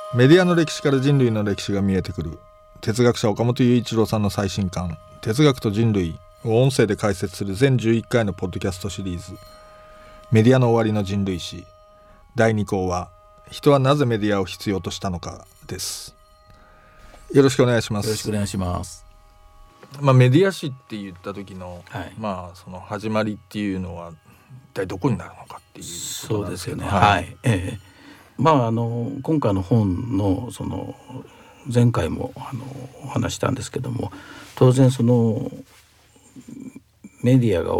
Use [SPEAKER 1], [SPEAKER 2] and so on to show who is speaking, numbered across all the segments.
[SPEAKER 1] メディアの歴史から人類の歴史が見えてくる哲学者岡本雄一郎さんの最新刊哲学と人類を音声で解説する全11回のポッドキャストシリーズメディアの終わりの人類史第2項は人はなぜメディアを必要としたのかです。よろしくお願いします。
[SPEAKER 2] よろしくお願いします。
[SPEAKER 1] メディア史って言った時の、
[SPEAKER 2] はい、
[SPEAKER 1] その始まりっていうのは一体どこになるのかっていうことなんですけど。
[SPEAKER 2] そうですよね。はい。今回の本のその前回もお話したんですけども、当然そのメディアが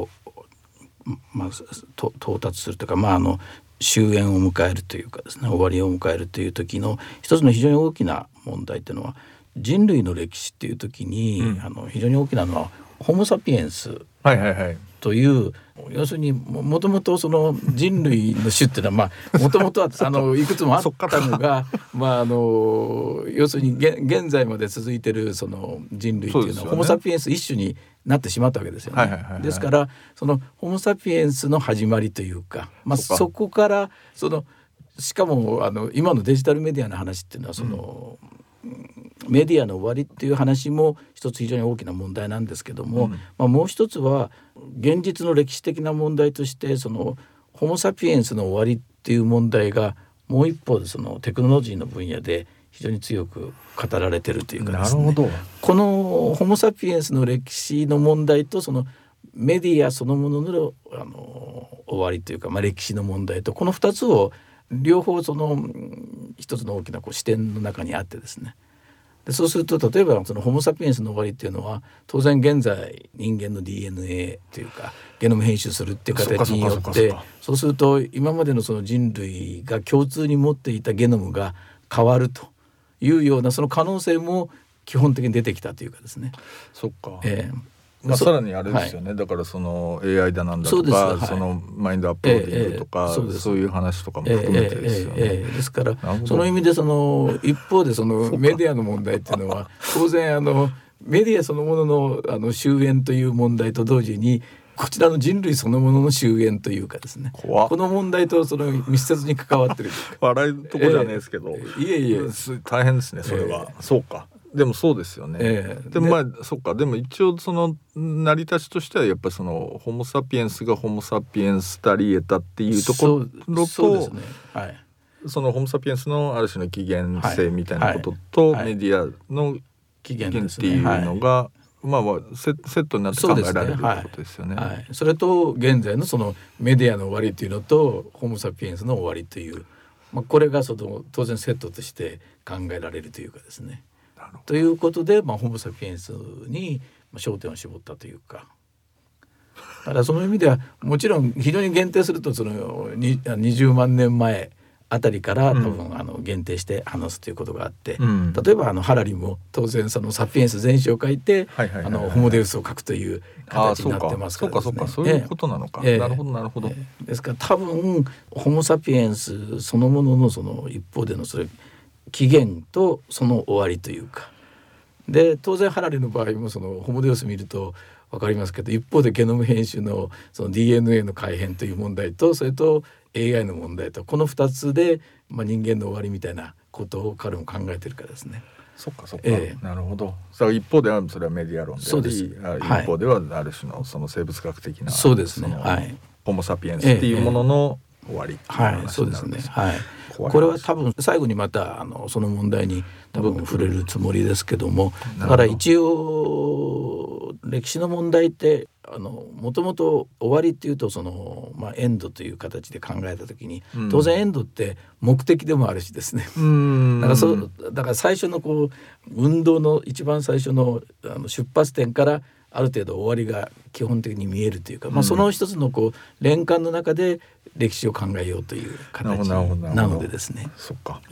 [SPEAKER 2] 到達するというか、終焉を迎えるというかですね、終わりを迎えるという時の一つの非常に大きな問題というのは、人類の歴史っていう時に、非常に大きなのはホモ・サピエンスという、要するにもともとその人類の種っていうのはもともとはいくつもあったのが要するに現在まで続いているその人類というのはホモ・サピエンス一種になってしまったわけですよね。ですからそのホモ・サピエンスの始まりというか、そこからしかも今のデジタルメディアの話っていうのはメディアの終わりっていう話も一つ非常に大きな問題なんですけども、もう一つは現実の歴史的な問題としてそのホモ・サピエンスの終わりっていう問題がもう一方でそのテクノロジーの分野で非常に強く語られているというかですね。
[SPEAKER 1] なるほど。
[SPEAKER 2] このホモ・サピエンスの歴史の問題とそのメディアそのものの、終わりというか、歴史の問題とこの2つを両方その一つの大きな視点の中にあってですね。でそうすると例えばそのホモ・サピエンスの終わりっていうのは当然現在人間の DNA というかゲノム編集するっていう形によってそうすると今までのその人類が共通に持っていたゲノムが変わるというようなその可能性も基本的に出てきたというかですね。
[SPEAKER 1] そっか。さらにあれですよね、だからその AI だなんだとか、そのマインドアップローディングとか、そういう話とかも含めてですよね。
[SPEAKER 2] ですからその意味でその一方でそのメディアの問題っていうのは当然メディアそのものの終焉という問題と同時にこちらの人類そのものの終焉というかですね、この問題とその密接に関わってる
[SPEAKER 1] 笑いとこじゃないですけど、大変ですねそれは。そうか。でもそうですよね。でもそっか。でも一応その成り立ちとしてはやっぱりそのホモ・サピエンスがホモ・サピエンスたり得たっていうところと、そのホモ・サピエンスのある種の起源性みたいなことと、メディアの起源っていうのがセットになって考えられるということですよね。
[SPEAKER 2] それと現在のそのメディアの終わりというのとホモ・サピエンスの終わりという、これが当然セットとして考えられるというかですね。ということで、ホモ・サピエンスに焦点を絞ったというか、だからその意味ではもちろん非常に限定するとその20万年前あたりから多分限定して話すということがあって、例えばハラリも当然そのサピエンス全史を書いてホモデウスを書くという形になってますからですね。
[SPEAKER 1] そういうことなのか。なるほど。
[SPEAKER 2] ですから多分ホモ・サピエンスそのもののその一方でのそれ起源とその終わりというかで、当然ハラリの場合もそのホモデウス見ると分かりますけど、一方でゲノム編集のその DNA の改変という問題とそれと AI の問題とこの2つで、人間の終わりみたいなことを彼も考えてるからですね。
[SPEAKER 1] そっか。なるほど。一方ではそれはメディア論であり、一方ではある種のその生物学的な
[SPEAKER 2] そうですね、
[SPEAKER 1] ホモ・サピエンスっていうものの終わりっていう話になるんです。
[SPEAKER 2] これは多分最後にまたその問題に多分触れるつもりですけども、だから一応歴史の問題ってもともと終わりっていうとその、エンドという形で考えた時に、当然エンドって目的でもあるしですね。だから最初の運動の一番最初の出発点からある程度終わりが基本的に見えるというか、その一つの連環の中で歴史を考えようという形なのでですね。
[SPEAKER 1] そっか。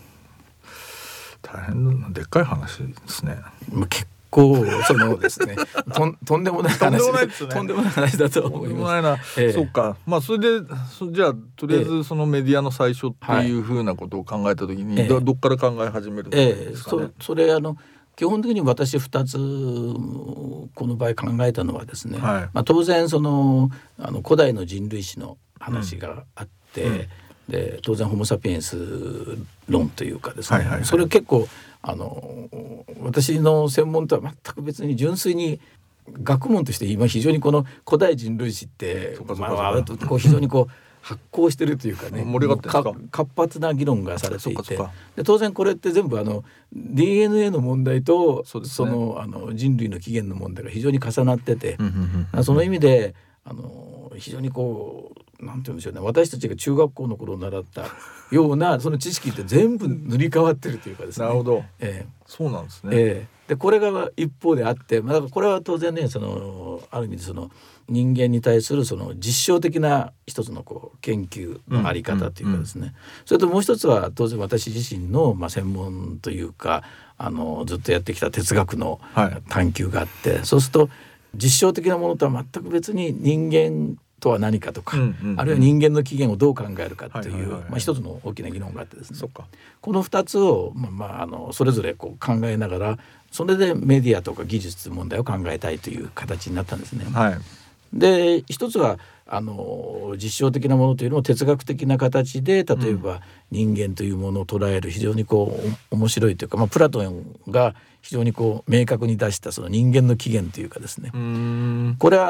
[SPEAKER 1] 大変なでっかい話ですね。
[SPEAKER 2] 結構ですねとんでもない話とんでもない話だと思います。
[SPEAKER 1] そうか。それでじゃあとりあえずそのメディアの最初っていうふうなことを考えた時に、どっから考え始めるんですかね。
[SPEAKER 2] それ基本的に私2つこの場合考えたのはですね、当然その古代の人類史の話があって、 で当然ホモ・サピエンス論というかですね、それ結構私の専門とは全く別に純粋に学問として今非常にこの古代人類史って非常に発酵してるというかね活発な議論がされていて、で当然これって全部DNA の問題とその人類の起源の問題が非常に重なってて、その意味で非常になんて言うんでしょうね、私たちが中学校の頃習ったようなその知識って全部塗り替わってるというかですね。
[SPEAKER 1] なるほど、そうなんですね。
[SPEAKER 2] でこれが一方であって、だからこれは当然ねある意味で人間に対する実証的な一つの研究のあり方というかですね、それともう一つは当然私自身の専門というかずっとやってきた哲学の探求があって、そうすると実証的なものとは全く別に人間とは何かとか、あるいは人間の起源をどう考えるかという一つの大きな議論があってですね、この2つを、それぞれ考えながら、それでメディアとか技術問題を考えたいという形になったんですね。で一つは実証的なものというのを哲学的な形で例えば人間というものを捉える非常に面白いというか、プラトンが非常に明確に出したその人間の起源というかですね、これは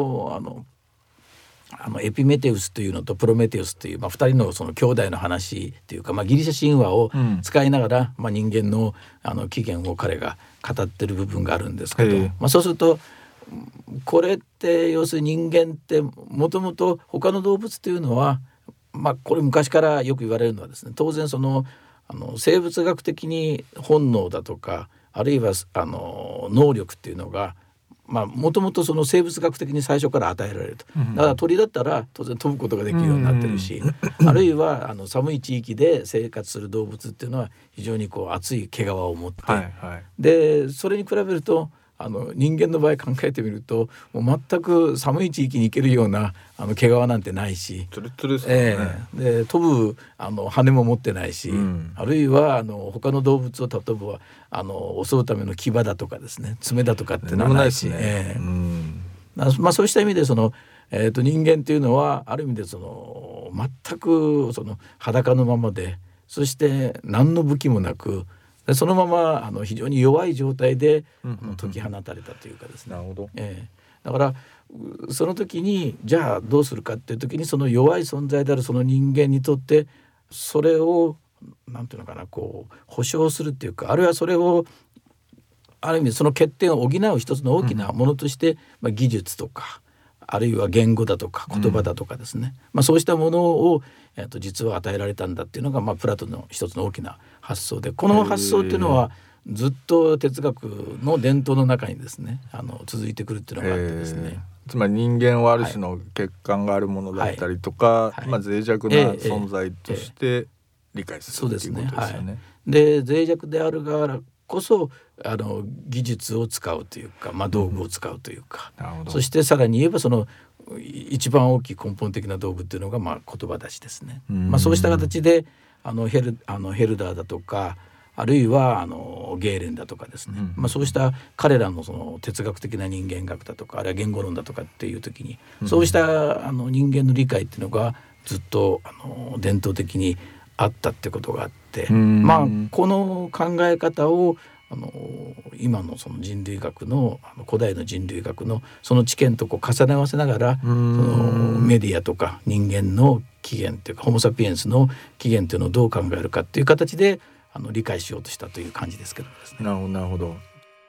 [SPEAKER 2] エピメテウスというのとプロメテウスという2人のその兄弟の話というか、ギリシャ神話を使いながら、人間の起源を彼が語ってる部分があるんですけど、そうするとこれって要するに人間ってもともと他の動物というのは、これ昔からよく言われるのはですね、当然生物学的に本能だとかあるいは能力っていうのがもともと生物学的に最初から与えられると。だから鳥だったら当然飛ぶことができるようになってるし、あるいは寒い地域で生活する動物っていうのは非常に厚い毛皮を持って、でそれに比べると人間の場合考えてみるともう全く寒い地域に行けるような毛皮なんてないし、で飛ぶ羽も持ってないし、あるいは他の動物を例えば襲うための牙だとかですね、爪だとかってのはないし、そうした意味で人間というのはある意味で全く裸のままで、そして何の武器もなく、そのまま非常に弱い状態で解き放たれたというかですね。
[SPEAKER 1] なるほど。
[SPEAKER 2] だからその時にじゃあどうするかっていう時に、その弱い存在であるその人間にとってそれをなんていうのかな、保証するっていうか、あるいはそれをある意味その欠点を補う一つの大きなものとして、技術とかあるいは言語だとか言葉だとかですね、そうしたものを実は与えられたんだっていうのが、プラトンの一つの大きな発想で、この発想っていうのはずっと哲学の伝統の中にですね続いてくるっていうのがあってですね、
[SPEAKER 1] つまり人間はある種の欠陥があるものだったりとか、脆弱な存在として理解するということですよね。
[SPEAKER 2] で脆弱であるからこそ技術を使うというか、道具を使うというか、そしてさらに言えばその一番大きい根本的な道具っていうのが言葉出しですね。そうした形でヘルダーだとかあるいはゲーレンだとかですね、そうした彼らのその哲学的な人間学だとかあるいは言語論だとかっていう時に、そうした人間の理解っていうのがずっと伝統的にあったってことがあって、この考え方を今のその人類学の古代の人類学のその知見と重ね合わせながら、そのメディアとか人間の起源というかホモ・サピエンスの起源というのをどう考えるかっていう形で理解しようとしたという感じですけどですね。
[SPEAKER 1] なるほど。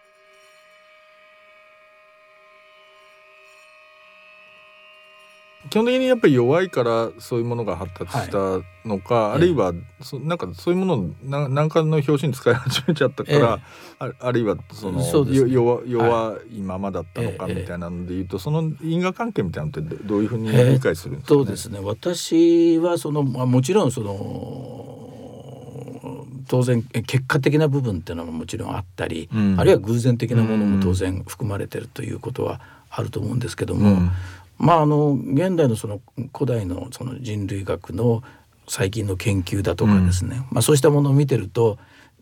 [SPEAKER 1] 基本的にやっぱり弱いからそういうものが発達したのか、あるいはなんかそういうものを何かの表紙に使い始めちゃったから、あるいは弱いままだったのかみたいなのでいうと、その因果関係みたいなのってどういうふうに理解するんですかね。
[SPEAKER 2] そうですね、私はもちろん当然結果的な部分っていうのももちろんあったり、あるいは偶然的なものも当然含まれてるということはあると思うんですけども、現代のその古代のその人類学の最近の研究だとかですね、そうしたものを見てると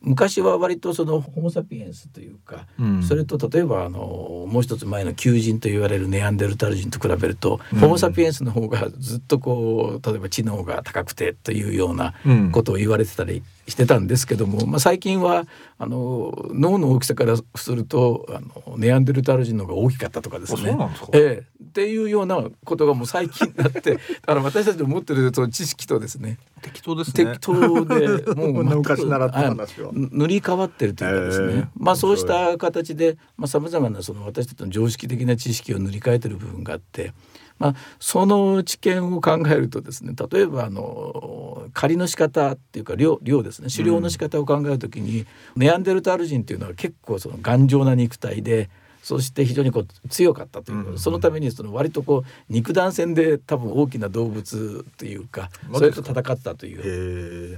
[SPEAKER 2] 昔は割とそのホモ・サピエンスというか、それと例えばもう一つ前の旧人と言われるネアンデルタール人と比べると、ホモ・サピエンスの方がずっとこう例えば知能が高くてというようなことを言われてたりしてたんですけども、最近は脳の大きさからするとネアンデルタール人の方が大きかったとかですね。
[SPEAKER 1] そうなんですか。
[SPEAKER 2] っていうようなことがもう最近になって私たちの持ってるその知識とですね、
[SPEAKER 1] 適当ですね。
[SPEAKER 2] 適当でもう
[SPEAKER 1] 昔習った話は
[SPEAKER 2] 塗り替わってるというかですね、そうした形でさまざまなその私たちの常識的な知識を塗り替えてる部分があって、その知見を考えるとですね、例えば狩りの仕方っていうか猟ですね、狩猟の仕方を考えるときに、ネアンデルタール人っていうのは結構その頑丈な肉体で、そして非常にこう強かったという、そのためにその割とこう肉弾戦で多分大きな動物というかそれと戦ったという。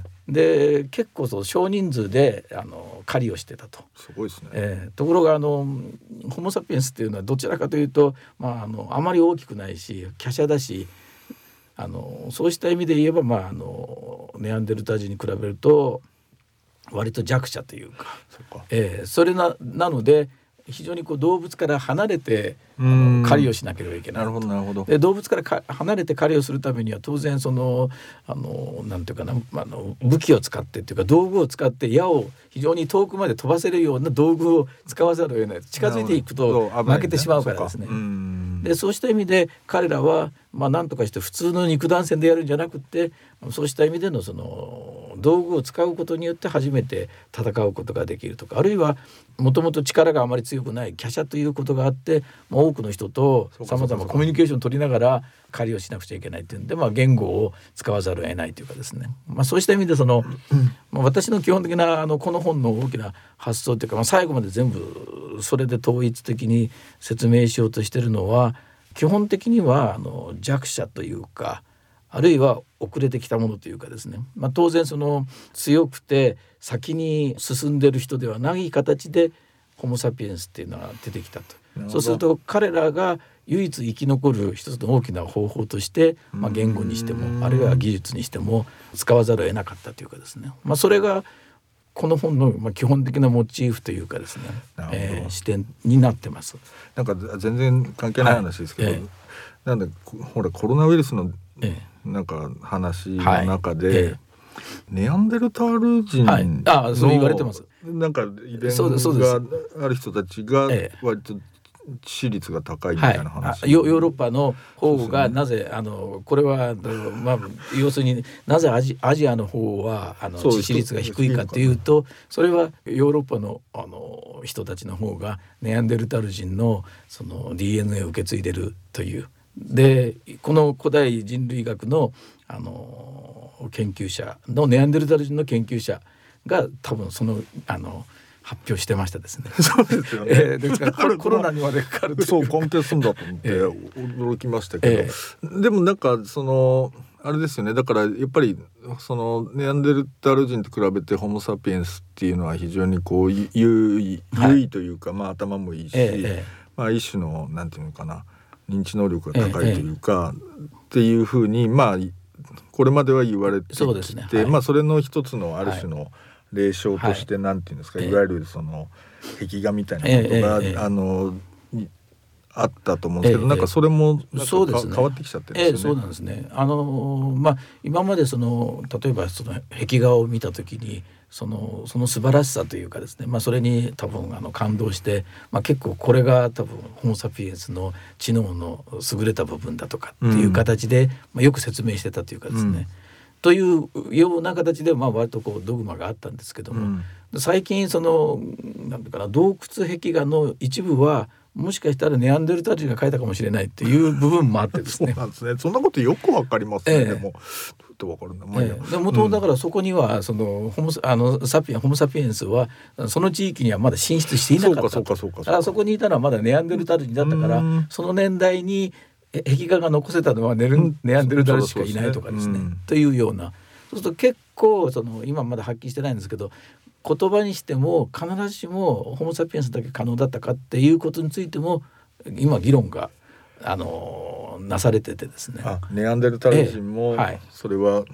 [SPEAKER 2] で結構そう少人数で狩りをしてたと。
[SPEAKER 1] すごいですね。
[SPEAKER 2] ところがホモ・サピエンスっていうのはどちらかというと、あまり大きくないし華奢だし、そうした意味で言えば、ネアンデルタール人に比べると割と弱者というか、それなので非常にこう動物から離れて狩りをしなければいけない。
[SPEAKER 1] なるほどなるほど。
[SPEAKER 2] で動物から離れて狩りをするためには当然そのなんていうかな、武器を使ってっていうか道具を使って矢を非常に遠くまで飛ばせるような道具を使わざるを得ない。近づいていくと負けてしまうからですね。でそうした意味で彼らは何とかして普通の肉弾戦でやるんじゃなくって、そうした意味でのその道具を使うことによって初めて戦うことができるとか、あるいはもともと力があまり強くない華奢ということがあって、多くの人とさまざまコミュニケーションを取りながら狩りをしなくちゃいけないっていうんで、言語を使わざるを得ないというかですね、そうした意味でその、私の基本的なこの本の大きな発想というか、最後まで全部それで統一的に説明しようとしているのは、基本的には弱者というか、あるいは遅れてきたものというかですね、当然その強くて先に進んでる人ではない形でホモ・サピエンスっていうのは出てきたと。そうすると彼らが唯一生き残る一つの大きな方法として、言語にしてもあるいは技術にしても使わざるを得なかったというかですね、それがこの本の基本的なモチーフというかですね、視点になってます。
[SPEAKER 1] なんか全然関係ない話ですけど、なんでほらコロナウイルスのなんか話の中で、ネアンデルタール人の、
[SPEAKER 2] そう言われてます。
[SPEAKER 1] なんか遺伝がある人たちが割と致死率が高いみたいな話、
[SPEAKER 2] ヨーロッパの方がなぜ、これは、要するになぜアジアの方は致死率が低いかというと、それはヨーロッパの人たちの方がネアンデルタール人のその DNA を受け継いでるという。でこの古代人類学の研究者のネアンデルタール人の研究者が多分その発表してましたですね。
[SPEAKER 1] そうですよね。
[SPEAKER 2] ですからコロナにまでかかるという、
[SPEAKER 1] そう関係するんだと思って驚きましたけど、でもなんかそのあれですよね。だからやっぱりそのネアンデルタール人と比べてホモ・サピエンスっていうのは非常にこう優位というか、頭もいいし、一種のなんていうのかな、認知能力が高いというか、っていうふうにこれまでは言われてきて、それの一つのある種の例証としてなんていうんですか、いわゆるその壁画みたいなことがあったと思うんですけど、なんかそれもなんか変わってきちゃってるんですよね。
[SPEAKER 2] そうなんですね。今まで例えばその壁画を見た時にその素晴らしさというかですね、それに多分感動して、結構これが多分ホモ・サピエンスの知能の優れた部分だとかっていう形で、よく説明してたというかですね、というような形で割とこうドグマがあったんですけども、最近そのなんていうかな、洞窟壁画の一部はもしかしたらネアンデルタール人が描いたかもしれないっていう部分もあってですね。
[SPEAKER 1] そうなんですね。そんなことよくわかりますね。でもどうわかるんだ。
[SPEAKER 2] でもだからそこにはそのホモ・サピエンスはその地域にはまだ進出していなかった。だからそこにいたのはまだネアンデルタール人だったから、その年代に壁画が残せたのはネアンデルタールしかいないとかですね、というような。そうすると結構今まだはっきりしてないんですけど、言葉にしても必ずしもホモ・サピエンスだけ可能だったかっていうことについても今議論がなされててですね。
[SPEAKER 1] ネアンデルタール人もそれは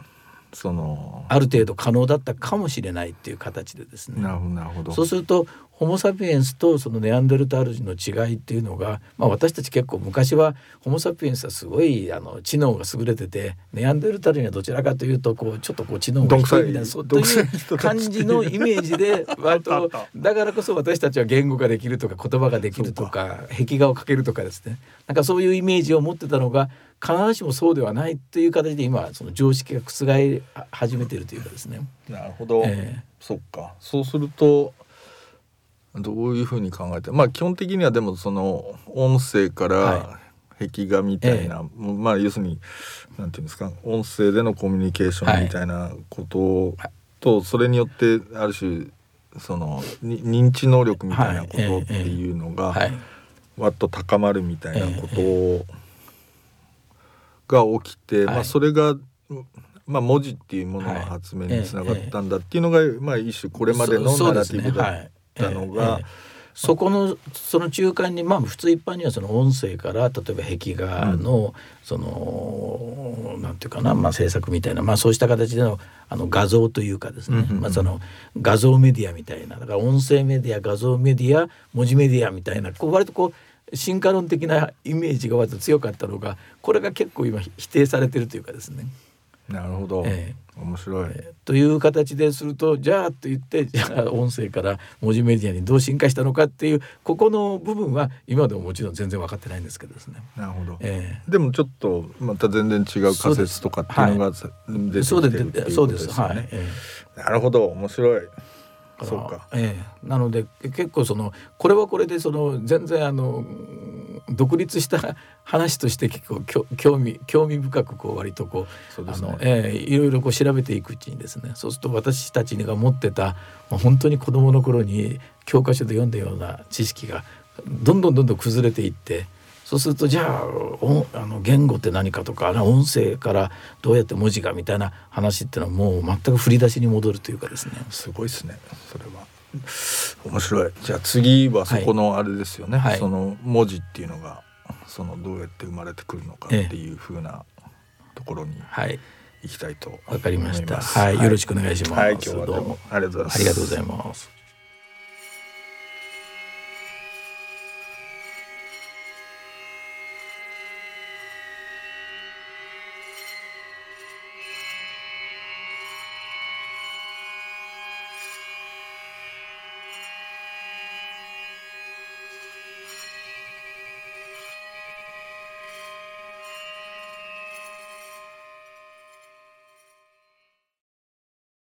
[SPEAKER 2] ある程度可能だったかもしれないっていう形でですね。
[SPEAKER 1] なるほど。
[SPEAKER 2] そうするとホモ・サピエンスとそのネアンデルタール人の違いっていうのが、私たち結構昔はホモ・サピエンスはすごい知能が優れてて、ネアンデルタール人はどちらかというとちょっと知能が低いみたいなそういう感じのイメージで割とだからこそ私たちは言語ができるとか言葉ができるとか壁画を描けるとかですね、なんかそういうイメージを持ってたのが必ずしもそうではないという形で今その常識が覆り始めているというかですね。
[SPEAKER 1] なるほど、そっか。そうするとどういうふうに考えて、基本的にはでもその音声から壁画みたいな、要するになんていうんですか、音声でのコミュニケーションみたいなことと、それによってある種その認知能力みたいなことっていうのがわっと高まるみたいなことが起きて、それが文字っていうものの発明につながったんだっていうのが、一種これまでのナラティブだったのが、
[SPEAKER 2] その中間に普通一般にはその音声から例えば壁画のそのなんていうかな、制作みたいな、そうした形での画像というかですね、その画像メディアみたいな、だから音声メディア、画像メディア、文字メディアみたいな割と進化論的なイメージが割と強かったのが、これが結構今否定されてるというかですね。
[SPEAKER 1] なるほど、面白い、
[SPEAKER 2] という形ですると、じゃあと言って、じゃあ音声から文字メディアにどう進化したのかっていうここの部分は今でももちろん全然分かってないんですけどですね。
[SPEAKER 1] なるほど、でもちょっとまた全然違う仮説とかっていうのが出てきてるっていうことですよね。なるほど、面白い。そうか、
[SPEAKER 2] なので結構これはこれで全然独立した話として結構興味深く割といろいろ調べていくうちにですね、そうすると私たちが持ってた本当に子どもの頃に教科書で読んだような知識がどんどん崩れていって、そうするとじゃあ言語って何かとか、音声からどうやって文字がみたいな話っていうのはもう全く振り出しに戻るというかですね。
[SPEAKER 1] すごいですね、それは。面白い。じゃあ次はそこのあれですよね、その文字っていうのがどうやって生まれてくるのかっていう風なところに行きたいと思います。
[SPEAKER 2] わかりました。よろしくお願いします。
[SPEAKER 1] 今日はどうもありがとうございます。
[SPEAKER 2] ありがとうございます。